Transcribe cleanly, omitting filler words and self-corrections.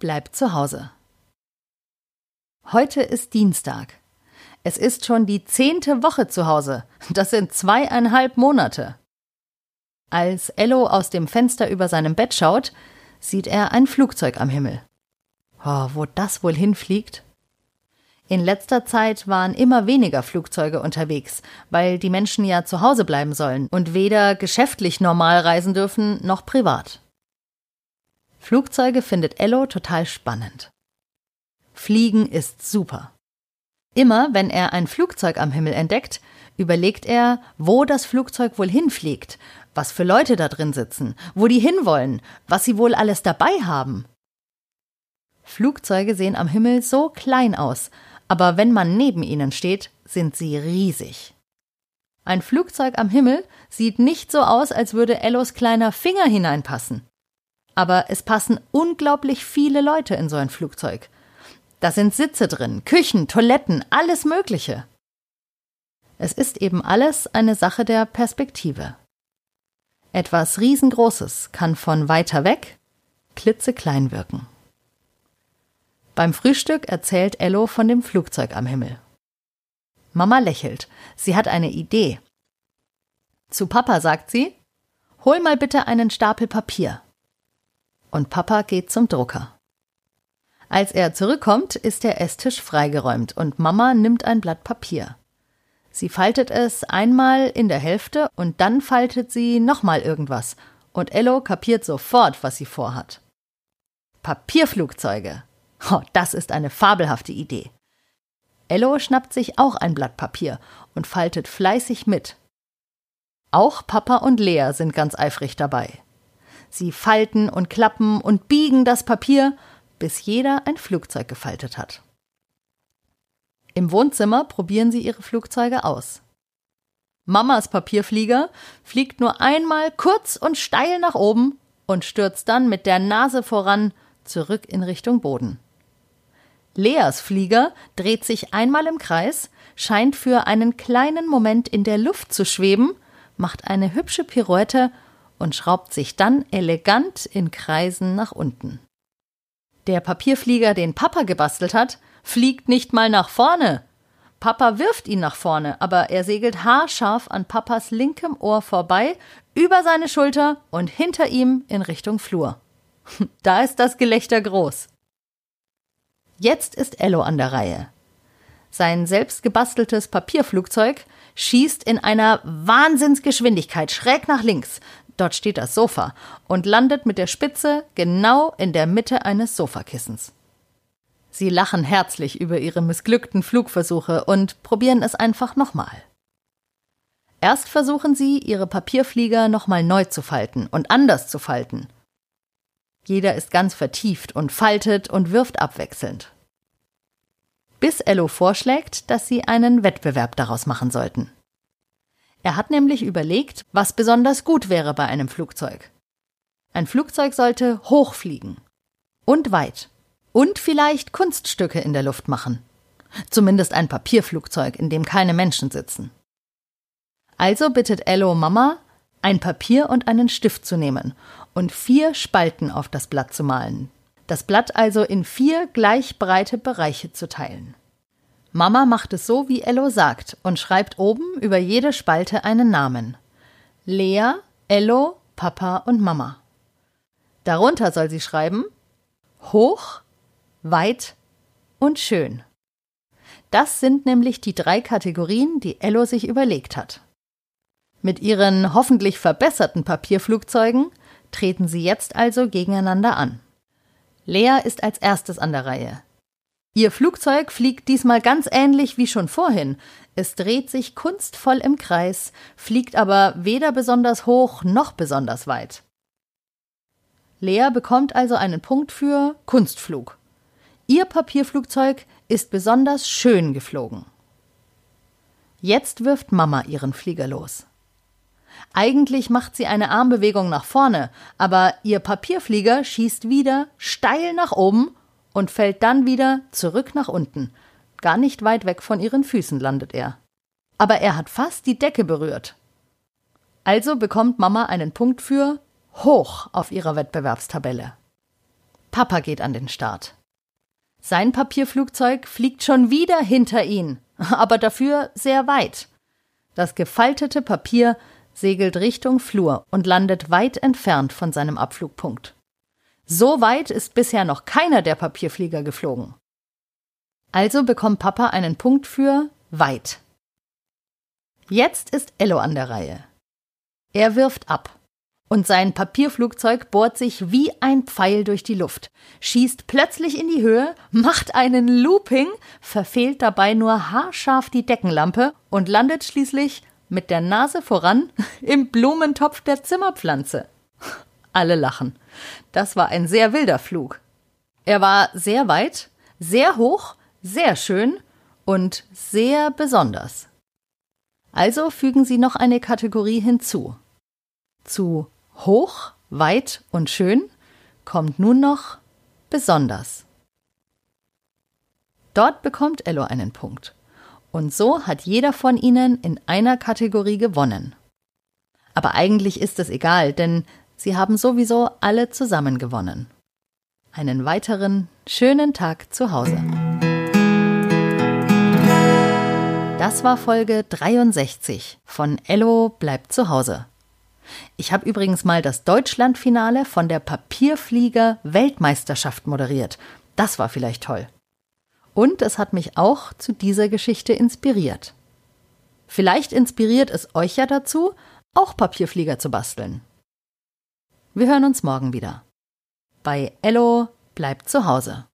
bleibt zu Hause. Heute ist Dienstag. Es ist schon die 10. Woche zu Hause. Das sind 2,5 Monate. Als Ello aus dem Fenster über seinem Bett schaut, sieht er ein Flugzeug am Himmel. Oh, wo das wohl hinfliegt? In letzter Zeit waren immer weniger Flugzeuge unterwegs, weil die Menschen ja zu Hause bleiben sollen und weder geschäftlich normal reisen dürfen, noch privat. Flugzeuge findet Ello total spannend. Fliegen ist super. Immer wenn er ein Flugzeug am Himmel entdeckt, überlegt er, wo das Flugzeug wohl hinfliegt, was für Leute da drin sitzen, wo die hinwollen, was sie wohl alles dabei haben. Flugzeuge sehen am Himmel so klein aus, aber wenn man neben ihnen steht, sind sie riesig. Ein Flugzeug am Himmel sieht nicht so aus, als würde Ellos kleiner Finger hineinpassen. Aber es passen unglaublich viele Leute in so ein Flugzeug. Da sind Sitze drin, Küchen, Toiletten, alles Mögliche. Es ist eben alles eine Sache der Perspektive. Etwas Riesengroßes kann von weiter weg klitzeklein wirken. Beim Frühstück erzählt Ello von dem Flugzeug am Himmel. Mama lächelt. Sie hat eine Idee. Zu Papa sagt sie: Hol mal bitte einen Stapel Papier. Und Papa geht zum Drucker. Als er zurückkommt, ist der Esstisch freigeräumt und Mama nimmt ein Blatt Papier. Sie faltet es einmal in der Hälfte und dann faltet sie nochmal irgendwas. Und Ello kapiert sofort, was sie vorhat. Papierflugzeuge. Oh, das ist eine fabelhafte Idee. Ello schnappt sich auch ein Blatt Papier und faltet fleißig mit. Auch Papa und Lea sind ganz eifrig dabei. Sie falten und klappen und biegen das Papier, bis jeder ein Flugzeug gefaltet hat. Im Wohnzimmer probieren sie ihre Flugzeuge aus. Mamas Papierflieger fliegt nur einmal kurz und steil nach oben und stürzt dann mit der Nase voran zurück in Richtung Boden. Leas Flieger dreht sich einmal im Kreis, scheint für einen kleinen Moment in der Luft zu schweben, macht eine hübsche Pirouette und schraubt sich dann elegant in Kreisen nach unten. Der Papierflieger, den Papa gebastelt hat, fliegt nicht mal nach vorne. Papa wirft ihn nach vorne, aber er segelt haarscharf an Papas linkem Ohr vorbei, über seine Schulter und hinter ihm in Richtung Flur. Da ist das Gelächter groß. Jetzt ist Ello an der Reihe. Sein selbst gebasteltes Papierflugzeug schießt in einer Wahnsinnsgeschwindigkeit schräg nach links, dort steht das Sofa, und landet mit der Spitze genau in der Mitte eines Sofakissens. Sie lachen herzlich über ihre missglückten Flugversuche und probieren es einfach nochmal. Erst versuchen sie, ihre Papierflieger nochmal neu zu falten und anders zu falten. Jeder ist ganz vertieft und faltet und wirft abwechselnd. Bis Ello vorschlägt, dass sie einen Wettbewerb daraus machen sollten. Er hat nämlich überlegt, was besonders gut wäre bei einem Flugzeug. Ein Flugzeug sollte hoch fliegen und weit und vielleicht Kunststücke in der Luft machen. Zumindest ein Papierflugzeug, in dem keine Menschen sitzen. Also bittet Ello Mama, ein Papier und einen Stift zu nehmen und 4 Spalten auf das Blatt zu malen. Das Blatt also in 4 gleich breite Bereiche zu teilen. Mama macht es so, wie Ello sagt, und schreibt oben über jede Spalte einen Namen. Lea, Ello, Papa und Mama. Darunter soll sie schreiben: hoch, weit und schön. Das sind nämlich die 3 Kategorien, die Ello sich überlegt hat. Mit ihren hoffentlich verbesserten Papierflugzeugen treten sie jetzt also gegeneinander an. Lea ist als erstes an der Reihe. Ihr Flugzeug fliegt diesmal ganz ähnlich wie schon vorhin. Es dreht sich kunstvoll im Kreis, fliegt aber weder besonders hoch noch besonders weit. Lea bekommt also einen Punkt für Kunstflug. Ihr Papierflugzeug ist besonders schön geflogen. Jetzt wirft Mama ihren Flieger los. Eigentlich macht sie eine Armbewegung nach vorne, aber ihr Papierflieger schießt wieder steil nach oben und fällt dann wieder zurück nach unten. Gar nicht weit weg von ihren Füßen landet er. Aber er hat fast die Decke berührt. Also bekommt Mama einen Punkt für hoch auf ihrer Wettbewerbstabelle. Papa geht an den Start. Sein Papierflugzeug fliegt schon wieder hinter ihn, aber dafür sehr weit. Das gefaltete Papier segelt Richtung Flur und landet weit entfernt von seinem Abflugpunkt. So weit ist bisher noch keiner der Papierflieger geflogen. Also bekommt Papa einen Punkt für weit. Jetzt ist Ello an der Reihe. Er wirft ab und sein Papierflugzeug bohrt sich wie ein Pfeil durch die Luft, schießt plötzlich in die Höhe, macht einen Looping, verfehlt dabei nur haarscharf die Deckenlampe und landet schließlich mit der Nase voran im Blumentopf der Zimmerpflanze. Alle lachen. Das war ein sehr wilder Flug. Er war sehr weit, sehr hoch, sehr schön und sehr besonders. Also fügen Sie noch eine Kategorie hinzu. Zu hoch, weit und schön kommt nun noch besonders. Dort bekommt Ello einen Punkt. Und so hat jeder von Ihnen in einer Kategorie gewonnen. Aber eigentlich ist es egal, denn Sie haben sowieso alle zusammen gewonnen. Einen weiteren schönen Tag zu Hause. Das war Folge 63 von Ello bleibt zu Hause. Ich habe übrigens mal das Deutschlandfinale von der Papierflieger-Weltmeisterschaft moderiert. Das war vielleicht toll. Und es hat mich auch zu dieser Geschichte inspiriert. Vielleicht inspiriert es euch ja dazu, auch Papierflieger zu basteln. Wir hören uns morgen wieder. Bei Ello bleibt zu Hause.